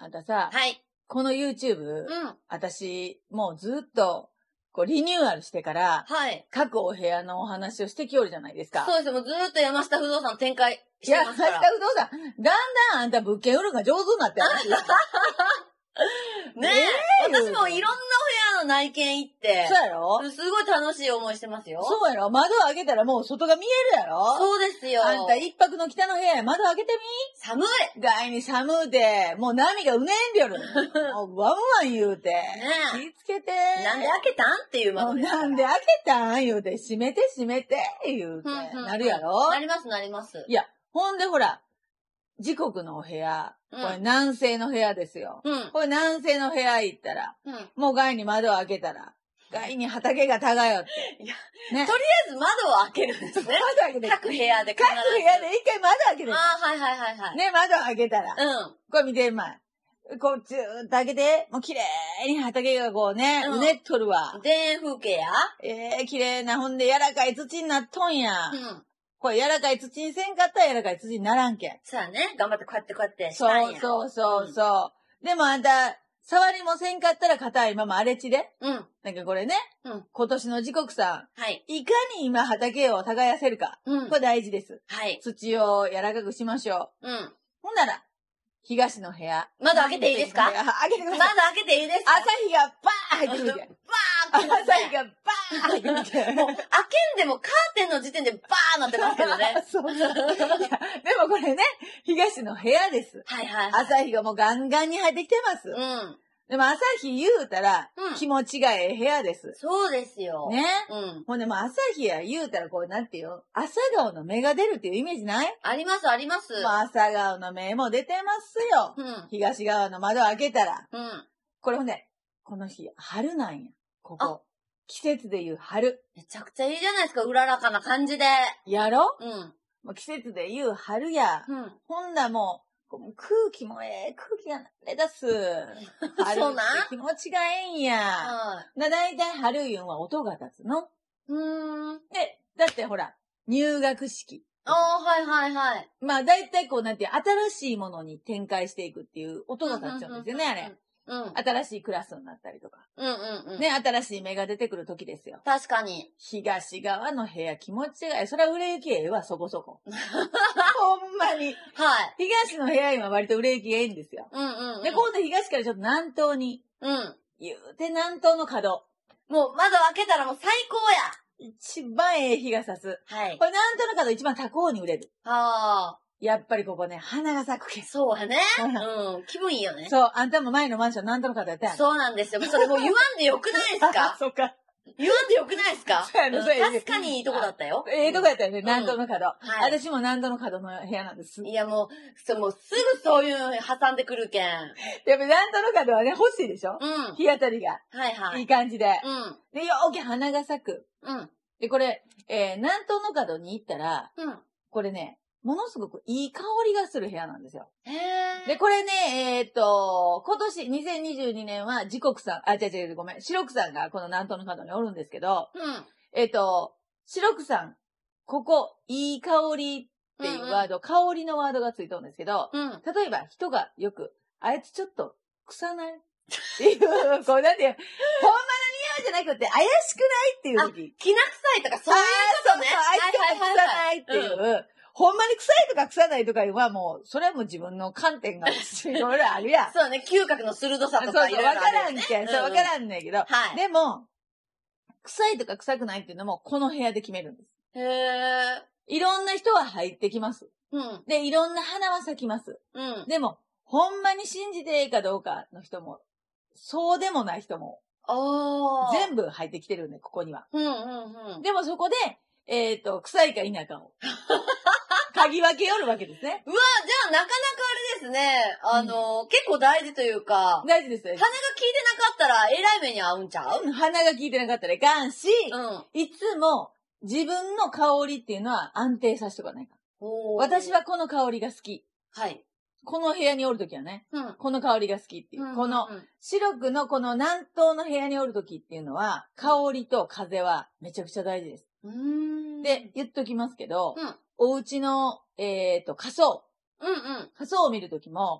あんたさ、 はい。 この YouTube、私、もうずっと、こう、リニューアルしてから、 はい。 各お部屋のお話をしてきおるじゃないですか。 そうですよ。もうずーっと山下不動産展開してますから。 山下不動産、だんだんあんた物件売るのが上手になってる。 ねえ、私もいろんなお部屋の内見行って、 そうやろ？ すごい楽しい思いしてますよ。 そうやろ？窓を開けたらもう外が見えるやろ？ そうですよ。 あんた一泊の北の部屋や窓開けてみ？ 寒い！ 外に寒うて、もう波がうねんりょる。もうワンワン言うて。 ねえ。 気ぃつけて。 なんで開けたんっていう窓ですから。 なんで開けたん言うて、閉めて閉めて言うて。なるやろ？ なりますなります。 いや、ほんでほら、時刻のお部屋、これ南西の部屋ですよ。これ南西の部屋行ったら、もう外に窓を開けたら、外に畑が漂って。 いや、ね、とりあえず窓を開けるんですね。窓開けて。各部屋で。 各部屋で一回窓開けて。 ああ、はいはいはいはい。 ね、窓開けたら。これ見てまい。こう、ずーっと開けて、もう綺麗に畑がこうね、うねっとるわ。 田園風景や。 綺麗な、ほんで柔らかい土になっとんや。これ柔らかい土にせんかったら柔らかい土にならんけん。 そうやね。頑張ってこうやってこうやってしたんや。そう。でもあんた、触りもせんかったら硬いまま荒れ地で。なんかこれね。今年の時刻さん。はい。いかに今畑を耕せるか。これ大事です。はい。土を柔らかくしましょう。ほんなら、東の部屋。 窓開けていいですか？ 開けてください。 窓開けていいですか？ 朝日がバーン入ってくるけん。バーン朝日がバーン入ってくるけん。 もう、開けんでもカーテンの時点でバーンなってますけどね。 そう。でもこれね、東の部屋です。はいはい。朝日がもうガンガンに入ってきてます。でも朝日言うたら、気持ちがええ部屋です。 そうですよ。 ね。ほんでも朝日や言うたらこうなんていう朝顔の芽が出るっていうイメージない？ ありますあります。 朝顔の芽も出てますよ。東側の窓開けたら。これほんで、この日、春なんや。ここ。季節で言う春。 めちゃくちゃいいじゃないですか、うららかな感じで。 やろ？もう季節で言う春や。ほんだもう、空気も空気が慣れだす。春って気持ちがええんや。だいたい春いうんは音が立つの。で、だってほら、入学式。 はいはいはい。 まあだいたいこうなんて新しいものに展開していくっていう音が立っちゃうんですよね、あれ。新しいクラスになったりとか。ね、新しい芽が出てくる時ですよ。 確かに。 東側の部屋気持ちがいい。それは売れ行きええわ、そこそこ。ほんまに。はい。東の部屋今割と売れ行きがいいんですよ。で、今度東からちょっと南東に。言うて南東の角。 もう窓開けたらもう最高や。一番ええ日が差す。はい。これ南東の角一番高に売れる。やっぱりここね、花が咲くけん。 そうやね。気分いいよね。 そう、あんたも前のマンション南東の角やったやん。 そうなんですよ。それもう言わんでよくないですか？ そっか。 言わんでよくないですか？確かにいいとこだったよ。 ええとこやったよね、南東の角。私も南東の角の部屋なんです。 いやもうすぐそういうの挟んでくるけん。 やっぱ南東の角はね、欲しいでしょ？日当たりが。はいはい。いい感じで。で、よーけ花が咲く。で、これ、南東の角に行ったら、これね、ものすごくいい香りがする部屋なんですよ。で、これね、今年2022年は時刻さん、ごめん、白くさんがこの南東の角におるんですけど、白くさん、ここ、いい香りっていうワード、香りのワードがついてるんですけど、例えば人がよく、あいつちょっと臭ないっていう、こうなんていう、ほんまの匂いじゃなくて怪しくないっていう時。 きな臭いとかそういうことね。 あいつちょっと臭ないっていう、ほんまに臭いとか臭ないとかはもう、それはもう自分の観点がいろいろあるやん。 そうね、嗅覚の鋭さとかいろいろあるよね。 わからんけん。そう、わからんねんけど。でも、臭いとか臭くないっていうのも、この部屋で決めるんです。いろんな人は入ってきます。で、いろんな花は咲きます。でも、ほんまに信じていいかどうかの人も、そうでもない人も、全部入ってきてるんで、ここには。でもそこで、臭いか否かを。嗅ぎ分けよるわけですね。 うわ、じゃあなかなかあれですね。結構大事というか。 大事ですよ。 鼻が効いてなかったら、えらい目に合うんちゃう？ 鼻が効いてなかったらいかんし、いつも自分の香りっていうのは安定させとかないか。私はこの香りが好き。はい。この部屋におるときはね、この香りが好きっていう。この白くのこの南東の部屋におるときっていうのは、香りと風はめちゃくちゃ大事です。で、言っときますけど、お家の、仮想。仮想を見るときも、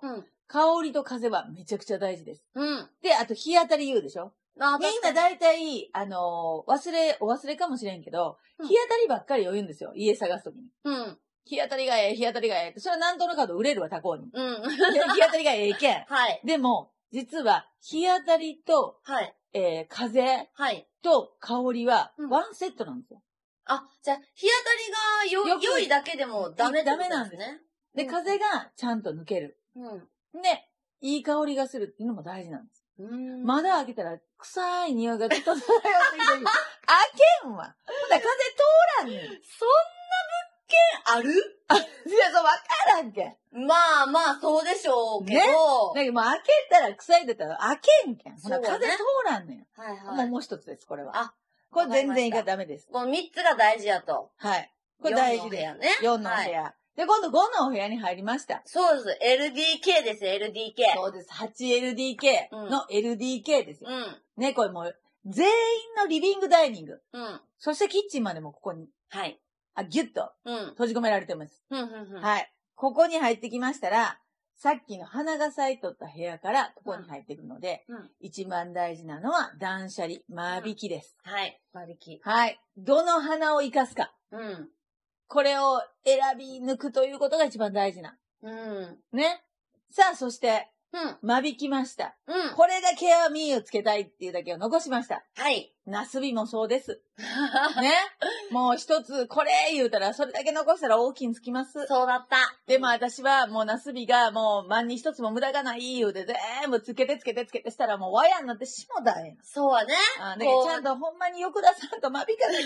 香りと風はめちゃくちゃ大事です。で、あと日当たり言うでしょ。みんな大体、お忘れかもしれんけど、日当たりばっかりを言うんですよ。家探すときに。日当たりがええ、日当たりがええって。それはなんとなく売れるわ、他校に。日当たりがええけん。でも、実は、日当たりと、風と香りは、ワンセットなんですよ。 じゃあ、日当たりが良いだけでもダメなんですね。 で、風がちゃんと抜ける。で、いい香りがするっていうのも大事なんです。窓開けたら臭い匂いがずっと漂ってきてる。開けんわ。風通らんねん。そんな物件ある？ いや、そう、わからんけん。 まあ、そうでしょうけど。 ね。だけどもう開けたら臭いだったら開けんけん。ほら、風通らんねん。もう一つです、これは。これ全然いかダメです。 この3つが大事やと。 はい。これ大事で。4の部屋。で、今度5のお部屋に入りました。 そうです。LDK です、LDK。 そうです。8LDK の LDK ですよ。ね、これもう、全員のリビングダイニング。そしてキッチンまでもここに。ギュッと閉じ込められてます。はい。ここに入ってきましたら、さっきの花が咲いとった部屋からここに入ってくるので、一番大事なのは断捨離、間引きです。 間引き。 はい。どの花を生かすか。これを選び抜くということが一番大事な。ね。さあ、そして、間引きました。これだけはミーをつけたいっていうだけを残しました。ナスビもそうです。ね。もう一つ、これ言うたら、それだけ残したら大きいにつきます。 そうだった。 でも私はもうナスビがもう万に一つも無駄がない言うて全部つけてしたらもうワヤになってしもたんや。 そうはね。 だけどちゃんとほんまによくださんと間引かない。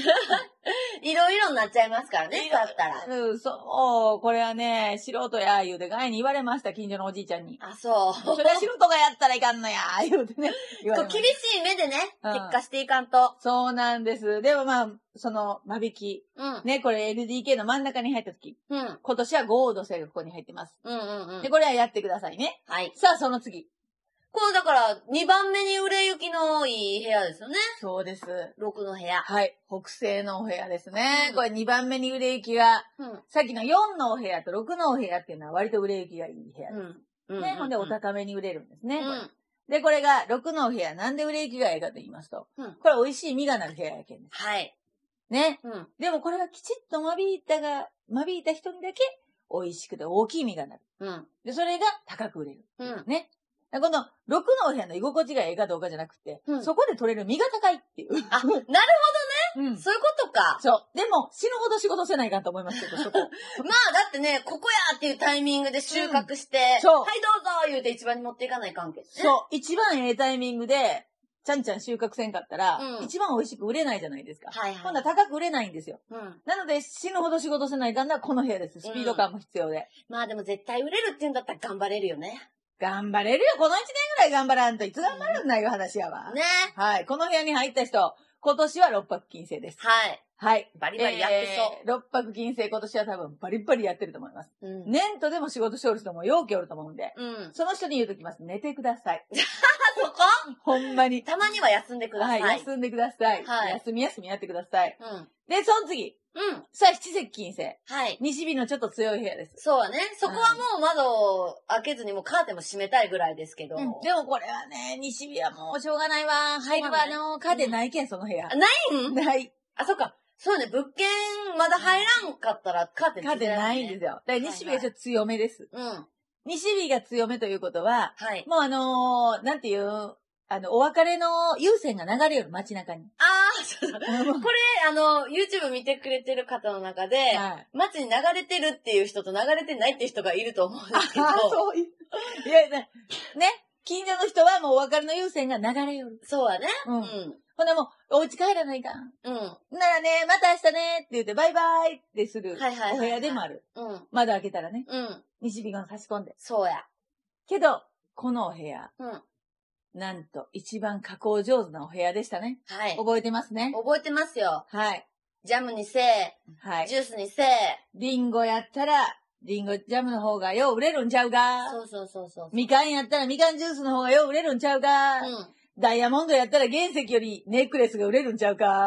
いろいろになっちゃいますからね、だったら。 そう、これはね、素人や言うてガイに言われました、近所のおじいちゃんに。 そう。 それは素人がやったらいかんのや、言うてね。 厳しい目でね、結果していかんと。 そうなんです。でもまあ、その間引き。ね、これ LDK の真ん中に入った時。今年はゴールドセルがここに入ってます。で、これはやってくださいね。さあ、その次。 これだから、2番目に売れ行きのいい部屋ですよね。 そうです。 6の部屋。 はい。北西のお部屋ですね。これ2番目に売れ行きが、さっきの4のお部屋と6のお部屋っていうのは割と売れ行きがいい部屋です。ね、ほんでお高めに売れるんですね。で、これが6のお部屋。なんで売れ行きがいいかと言いますと、これ美味しい実がなる部屋やけんです。ね。でもこれがきちっと間引いた人にだけ美味しくて大きい実がなる。で、それが高く売れる。ね。この6のお部屋の居心地がええかどうかじゃなくて、そこで取れる実が高いっていう。 なるほどね。そういうことか。 そう。でも、死ぬほど仕事せないかと思いますけど、そこ。 だってね、ここやっていうタイミングで収穫して、はい、どうぞ言うて一番に持っていかない関係ね。 そう。一番ええタイミングで、ちゃん収穫せんかったら、一番美味しく売れないじゃないですか。今度は高く売れないんですよ。なので、死ぬほど仕事せないかんのはこの部屋です。スピード感も必要で。 でも絶対売れるって言うんだったら頑張れるよね。 頑張れるよ。この1年ぐらい頑張らんといつ頑張るんだいう話やわ。 ね。 はい。この部屋に入った人、今年は6泊金星です。はい。 バリバリやってそう。 6泊金星今年は多分バリバリやってると思います。年とでも仕事しおる人もようけおると思うんで、その人に言うときます。寝てください。 そこほんまに。 たまには休んでください。 休んでください。休みやってください。で、その次。さあ、七石金星。西日のちょっと強い部屋です。 そうはね。そこはもう窓を開けずにもうカーテンも閉めたいぐらいですけど。 でもこれはね、西日はもうしょうがないわ。入るわカーテンないけん、その部屋。 ないん？ ない。 そっか。そうね、物件まだ入らんかったらカーテンついてないんですよ。だから西日がちょっと強めです。西日が強めということは、もうなんていう、お別れの優先が流れる街中に。 そうだ。これ、YouTube 見てくれてる方の中で、街に流れてるっていう人と流れてないっていう人がいると思うんですけど。 そういう。いや、ね。近所の人はもうお別れの優先が流れよる。 そうだね。 ほんでもう、お家帰らないかん。ならね、また明日ねって言ってバイバイってするお部屋でもある。窓開けたらね。西日が差し込んで。 そうや。 けど、このお部屋。なんと、一番加工上手なお部屋でしたね。覚えてますね。 覚えてますよ。ジャムにせえ。ジュースにせえ。 リンゴやったら、リンゴジャムの方がよう売れるんちゃうか。 そう。 みかんやったらみかんジュースの方がよう売れるんちゃうか。ダイヤモンドやったら原石よりネックレスが売れるんちゃうか。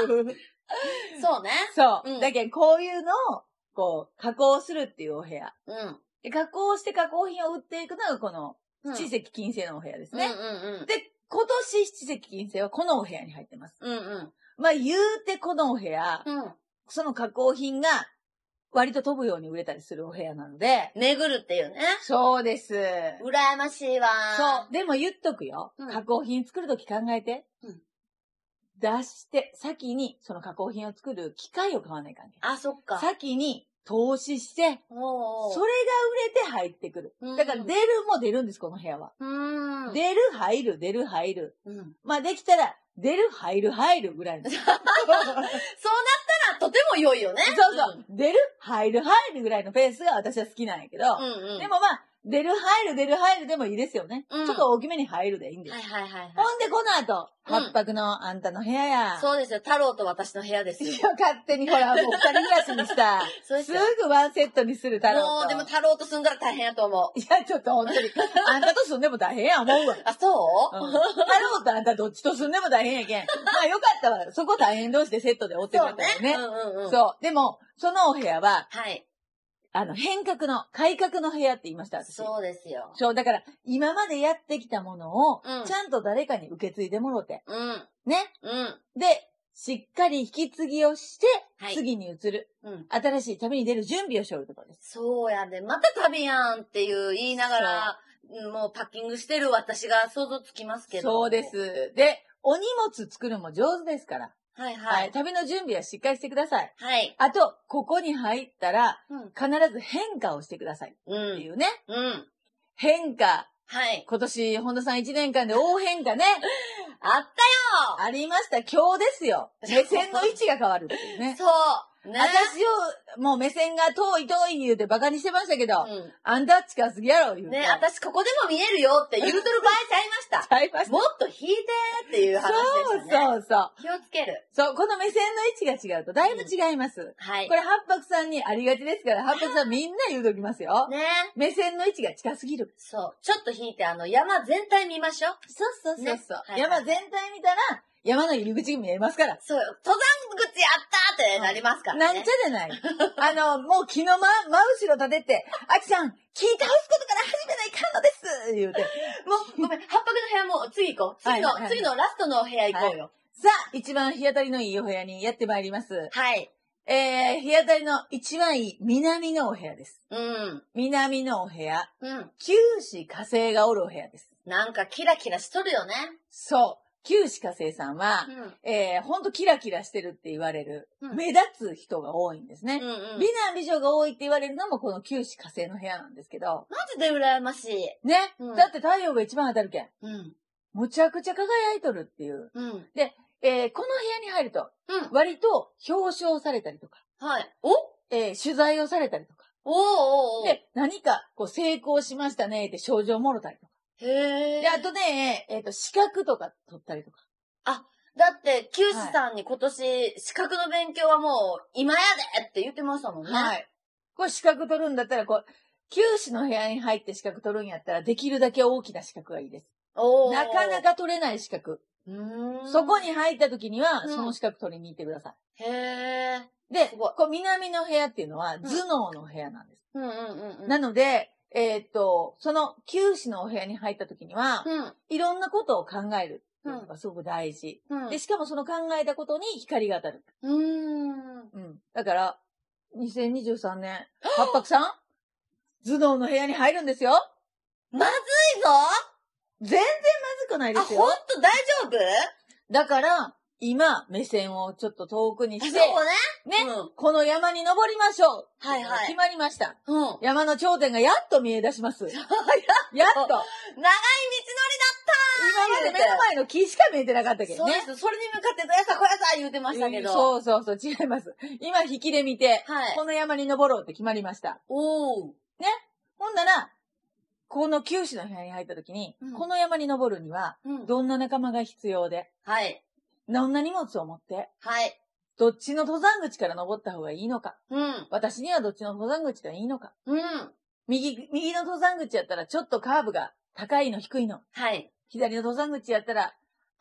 そうね。 そう。だけど、こういうのを、加工するっていうお部屋。 で、加工して加工品を売っていくのがこの、七石金星のお部屋ですね。で、今年七石金星はこのお部屋に入ってます。まあ言うてこのお部屋、その加工品が割と飛ぶように売れたりするお部屋なので。 巡るっていうね。 そうです。 羨ましいわ。 そう。でも言っとくよ。加工品作るとき考えて。出して、先にその加工品を作る機械を買わない関係。 あ、そっか。 先に投資して、それが売れて入ってくる。だから出るも出るんです、この部屋は。出る、入る、出る、入る。まあできたら、出る、入る、入るぐらいの。そうなったらとても良いよね。 そうそう。出る、入る、入るぐらいのペースが私は好きなんやけど。でもまあ、出る入る出る入るでもいいですよね。ちょっと大きめに入るでいいんです。ほんでこの後、八泊のあんたの部屋や。 そうですよ。太郎と私の部屋ですよ。 勝手にほら、もう二人暮らしにした。すぐワンセットにする太郎と。 もうでも太郎と住んだら大変やと思う。 いや、ちょっと本当に。あんたと住んでも大変や思うわ。 あ、そう太郎とあんたどっちと住んでも大変やけん。まあよかったわ。そこ大変同士でセットで追ってくれたよね。そう。でも、そのお部屋は、はい。変革の、改革の部屋って言いました、私。 そうですよ。 そう、だから、今までやってきたものを、ちゃんと誰かに受け継いでもろて。ね。で、しっかり引き継ぎをして、次に移る。新しい旅に出る準備をしよるところです。 そうやで、また旅やんっていう言いながら、もうパッキングしてる私が想像つきますけど。 そうです。で、お荷物作るのも上手ですから。はい。旅の準備はしっかりしてください。はい。あと、ここに入ったら、必ず変化をしてください。っていうね。変化。はい。今年、本田さん1年間で大変化ね。 あったよありました。今日ですよ。目線の位置が変わるっていうね。そう。ね、私を、もう目線が遠い言うてバカにしてましたけど、あんたは近すぎやろ、言うて。 ね、私ここでも見えるよって言うとる場合ちゃいました。ちゃいました。もっと引いてっていう話でしたね。そう。 気をつける。そう、この目線の位置が違うとだいぶ違います。はい。これ、八白さんにありがちですから、八白さんみんな言うときますよ。ね。目線の位置が近すぎる。 そう。ちょっと引いて、山全体見ましょう。 そう。山全体見たら、山の入り口が見えますから。 そうよ。登山口やったーってなりますからね。なんちゃでない。もう木の真後ろ立てて、あきちゃん、木倒すことから始めないかんのです言うて。 もう、ごめん、八泊の部屋もう次行こう。次のラストの部屋行こうよ。 さあ、一番日当たりのいいお部屋にやってまいります。はい。日当たりの一番いい南のお部屋です。南のお部屋。九死火星がおるお部屋です。 なんかキラキラしとるよね。 そう。九死火星さんは、ほんとキラキラしてるって言われる、目立つ人が多いんですね。美男美女が多いって言われるのもこの九死火星の部屋なんですけど。 マジで羨ましい。 ね。だって太陽が一番当たるけん。むちゃくちゃ輝いとるっていう。で、この部屋に入ると、割と表彰されたりとか。はい。取材をされたりとか。で、何かこう成功しましたねって賞状もろたりとか。へえ。で、あとね、資格とか取ったりとか。 あ、だって、九死さんに今年、資格の勉強はもう、今やでって言ってましたもんね。はい。 これ資格取るんだったら、九死の部屋に入って資格取るんやったら、できるだけ大きな資格がいいです。なかなか取れない資格。そこに入った時には、その資格取りに行ってください。へー。で、南の部屋っていうのは、頭脳の部屋なんです。なので、その九死のお部屋に入った時には、いろんなことを考えるっていうのがすごく大事。で、しかもその考えたことに光が当たる。だから、2023年、八白さん頭脳の部屋に入るんですよ。 まずいぞ全然まずくないですよ。 ほんと大丈夫だから、今、目線をちょっと遠くにして、そうね。この山に登りましょう。はいはい。決まりました。山の頂点がやっと見え出します。やっと。長い道のりだった今まで目の前の木しか見えてなかったけどね。 そうです。それに向かって、やさこやさ言うてましたけど。 そう、違います。今、引きで見て、この山に登ろうって決まりました。ね。ほんなら、この九死の部屋に入った時に、この山に登るには、どんな仲間が必要で、どんな荷物を持って、どっちの登山口から登った方がいいのか、私にはどっちの登山口がいいのか、右の登山口やったらちょっとカーブが高いの低いの、左の登山口やったら、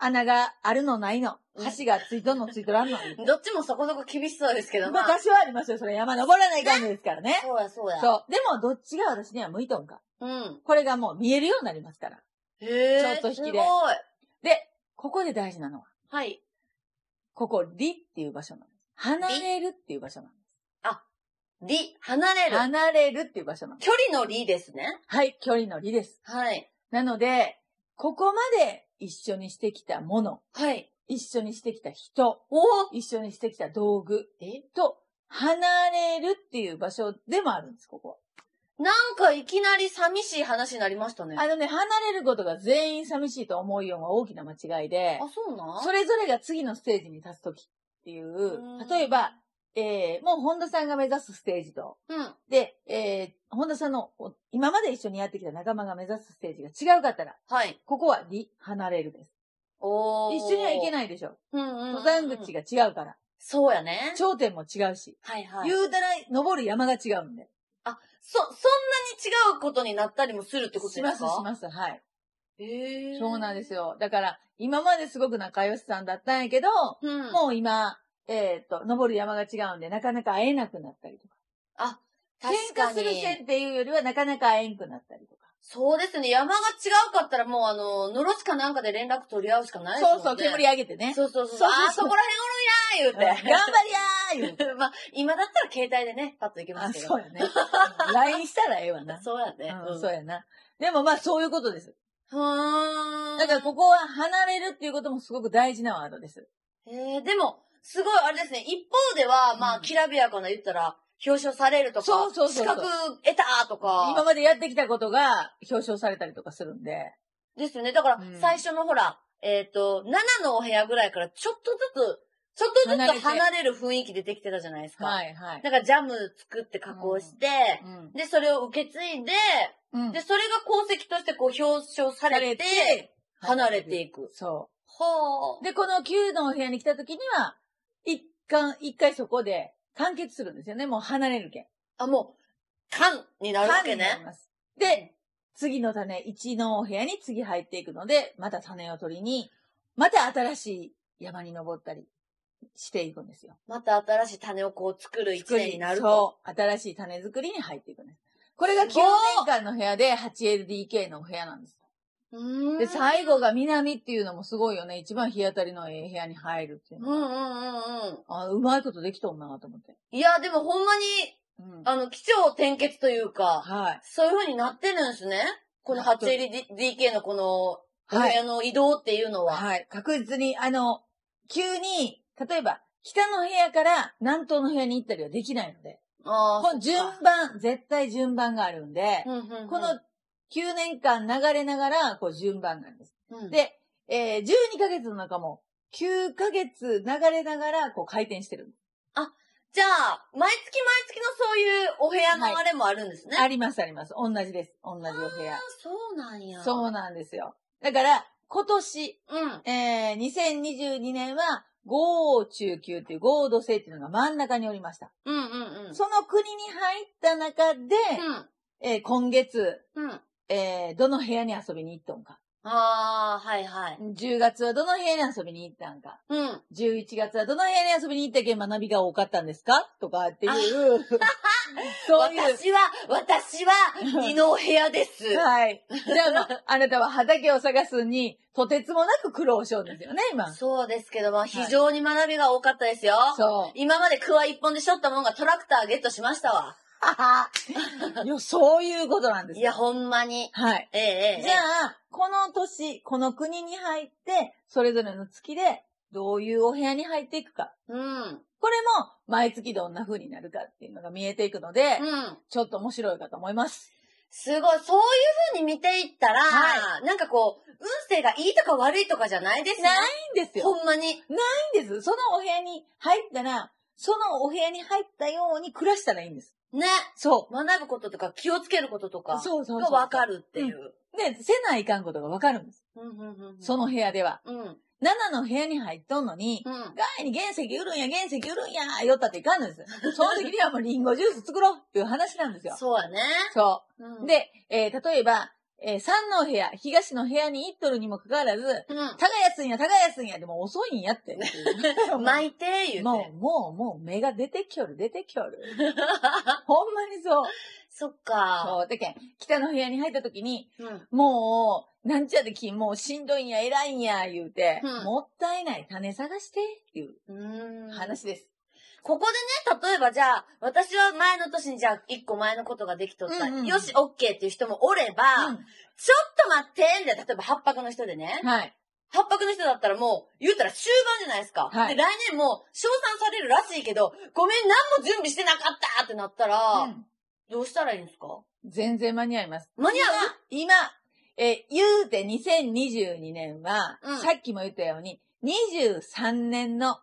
穴があるのないの。橋がついとんのついとらんの。 どっちもそこそこ厳しそうですけどまあ。私はありますよ。それ山登らない感じですからね。 そうや、そうや。 そう。でも、どっちが私には向いとんか。うん。これがもう見えるようになりますから。 へちょっと引きで。 すごい。 で、ここで大事なのは。 はい。 ここ、離っていう場所なんです。離れるっていう場所なんです。 あ、離、離れる。 離れるっていう場所なんです。 距離の離ですね。 はい、距離の離です。はい。なので、ここまで一緒にしてきたもの。はい。一緒にしてきた人。一緒にしてきた道具。と、離れるっていう場所でもあるんです、ここは。 なんかいきなり寂しい話になりましたね。 離れることが全員寂しいと思うような大きな間違いで。 あ、そうなん？ それぞれが次のステージに立つときっていう、例えば、もう本田さんが目指すステージと、うん、で、本田さんの今まで一緒にやってきた仲間が目指すステージが違うかったら、はい。ここは離れるです。一緒には行けないでしょ。登山口が違うから。 そうやね。 頂点も違うし。はいはい。言うたら登る山が違うんで。 あ、そんなに違うことになったりもするってことですか？ します、はい。そうなんですよ。だから、今まですごく仲良しさんだったんやけど、もう今、登る山が違うんで、なかなか会えなくなったりとか。あ、確かに。喧嘩する線っていうよりは、なかなか会えんくなったりとか。 そうですね。山が違うかったらもうのろしかなんかで連絡取り合うしかないですもんね。 そうそう、煙上げてね。 そう。あ、そこら辺おるんやー言うて。 頑張りやー言うて。 まあ、今だったら携帯でね、パッと行けますけど。 そうやね。LINE したらええわな。 そうやね。 そうやな。でもまあ、そういうことです。だからここは離れるっていうこともすごく大事なワードです。 でも、すごいあれですね。一方では、まあ、きらびやかな言ったら、表彰されるとか、そう資格得たとか。 今までやってきたことが表彰されたりとかするんで。 ですよね。だから、最初のほら、7のお部屋ぐらいからちょっとずつ離れる雰囲気出てきてたじゃないですか。はいはい。だからジャム作って加工して、で、それを受け継いで、で、それが功績としてこう表彰されて、離れていく。 そう。ほう。で、この9のお部屋に来た時には、一回そこで完結するんですよね。もう離れるけん。 あ、もう、完になるわけね。 完になります。で、次の種、1のお部屋に次入っていくので、また種を取りに、また新しい山に登ったりしていくんですよ。 また新しい種をこう作る1年になると。 そう。新しい種作りに入っていくんです。これが9年間の部屋で 8LDK のお部屋なんです。で、最後が南っていうのもすごいよね。一番日当たりのいい部屋に入るっていうのは。うまいことできとんなと思って。 いや、でもほんまに、起承転結というか、はい。そういう風になってるんですね。この 8LDK のこの、お部屋の移動っていうのは。 はい。確実に、急に、例えば、北の部屋から南東の部屋に行ったりはできないので。この絶対順番があるんで、この9年間流れながら、こう順番なんです。で、12ヶ月の中も、9ヶ月流れながら、こう回転してる。 あ、じゃあ、毎月のそういうお部屋のあれもあるんですね。 あります。同じです。同じお部屋。 そうなんや。 そうなんですよ。だから、今年、2022年は、豪中級っていう豪土星っていうのが真ん中におりました。その国に入った中で、今月、どの部屋に遊びに行っとんか。 ああ、はいはい。 10月はどの部屋に遊びに行ったんか。11月はどの部屋に遊びに行ったけん学びが多かったんですかとかっていう。 そういう。私は、二の部屋です。 はい。じゃあ、あなたは畑を探すに、とてつもなく苦労しようですよね、今。 そうですけども、非常に学びが多かったですよ。そう。今までクワ一本でしょったもんがトラクターゲットしましたわ。 いや、そういうことなんですよ。 いや、ほんまに。 はい。じゃあ、この年、この国に入って、それぞれの月で、どういうお部屋に入っていくか。これも、毎月どんな風になるかっていうのが見えていくので、ちょっと面白いかと思います。 すごい、そういう風に見ていったら、なんかこう、運勢がいいとか悪いとかじゃないですね。 ないんですよ。 ほんまに。 ないんです。そのお部屋に入ったら、そのお部屋に入ったように暮らしたらいいんです。 ね。そう。学ぶこととか気をつけることとかがわかるっていう。 で、せないかんことがわかるんです。その部屋では。7の部屋に入っとんのに、外に原石売るんや、言ったっていかんのです。その時にはもうリンゴジュース作ろうっていう話なんですよ。 そうやね。 そう。で、例えば、 三の部屋、東の部屋に行っとるにもかかわらず、耕すんや、でも遅いんやって。 巻いて、言うて。 もう、目が出てきょる。ほんまにそう。 そっか。 そう。だけん、北の部屋に入った時に、もう、なんちゃでき、もうしんどいんや、偉いんや、言うて、もったいない、種探して、いう話です。 ここでね、例えばじゃあ、私は前の年にじゃあ、一個前のことができとった。よし、オッケーっていう人もおれば、ちょっと待って、みたいな、例えば八泊の人でね。はい。八泊の人だったらもう、言ったら終盤じゃないですか。はい。で、来年も称賛されるらしいけど、ごめん、何も準備してなかったってなったら、どうしたらいいんですか？ 全然間に合います。 間に合う？ 今、言うて2022年は、さっきも言ったように、2023年の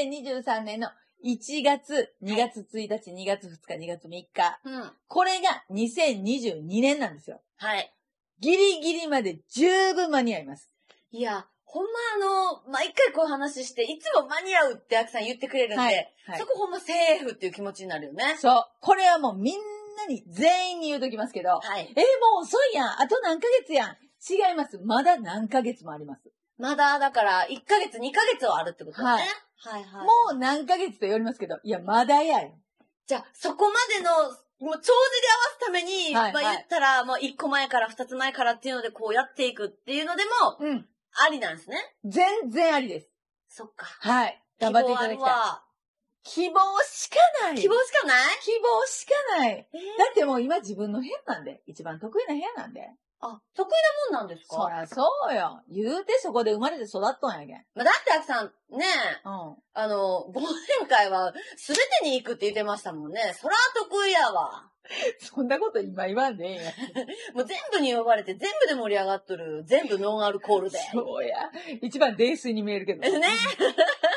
1月、2月1日、2月2日、2月3日。これが2022年なんですよ。はい。ギリギリまで十分間に合います。 いや、ほんま毎回こういう話して、いつも間に合うってアキさん言ってくれるんで、はいはい、そこほんまセーフっていう気持ちになるよね。 そう。これはもうみんなに、全員に言うときますけど、はい、もう遅いやん。あと何ヶ月やん。違います。まだ何ヶ月もあります。 まだ、だから、1ヶ月、2ヶ月はあるってことですね。はい。 はいはい。もう何ヶ月と言われますけど、いや、まだやよ。 じゃあ、そこまでの、もう、帳尻合わすために、はいはい、まあ言ったら、もう1個前から2つ前からっていうので、こうやっていくっていうのでも、ありなんですね。 全然ありです。 そっか。 はい。頑張っていただきたい。希望しかない。 希望しかない？ 希望しかない。だってもう今自分の部屋なんで、一番得意な部屋なんで。 あ、得意なもんなんですか？ そりゃそうよ。言うてそこで生まれて育っとんやけん。 まあ、だってあきさん、ねえ、忘年会は全てに行くって言ってましたもんね。そら得意やわ。 そんなこと今言わんでええんや。 もう全部に呼ばれて、全部で盛り上がっとる。全部ノンアルコールで。 そうや。一番泥酔に見えるけど。ね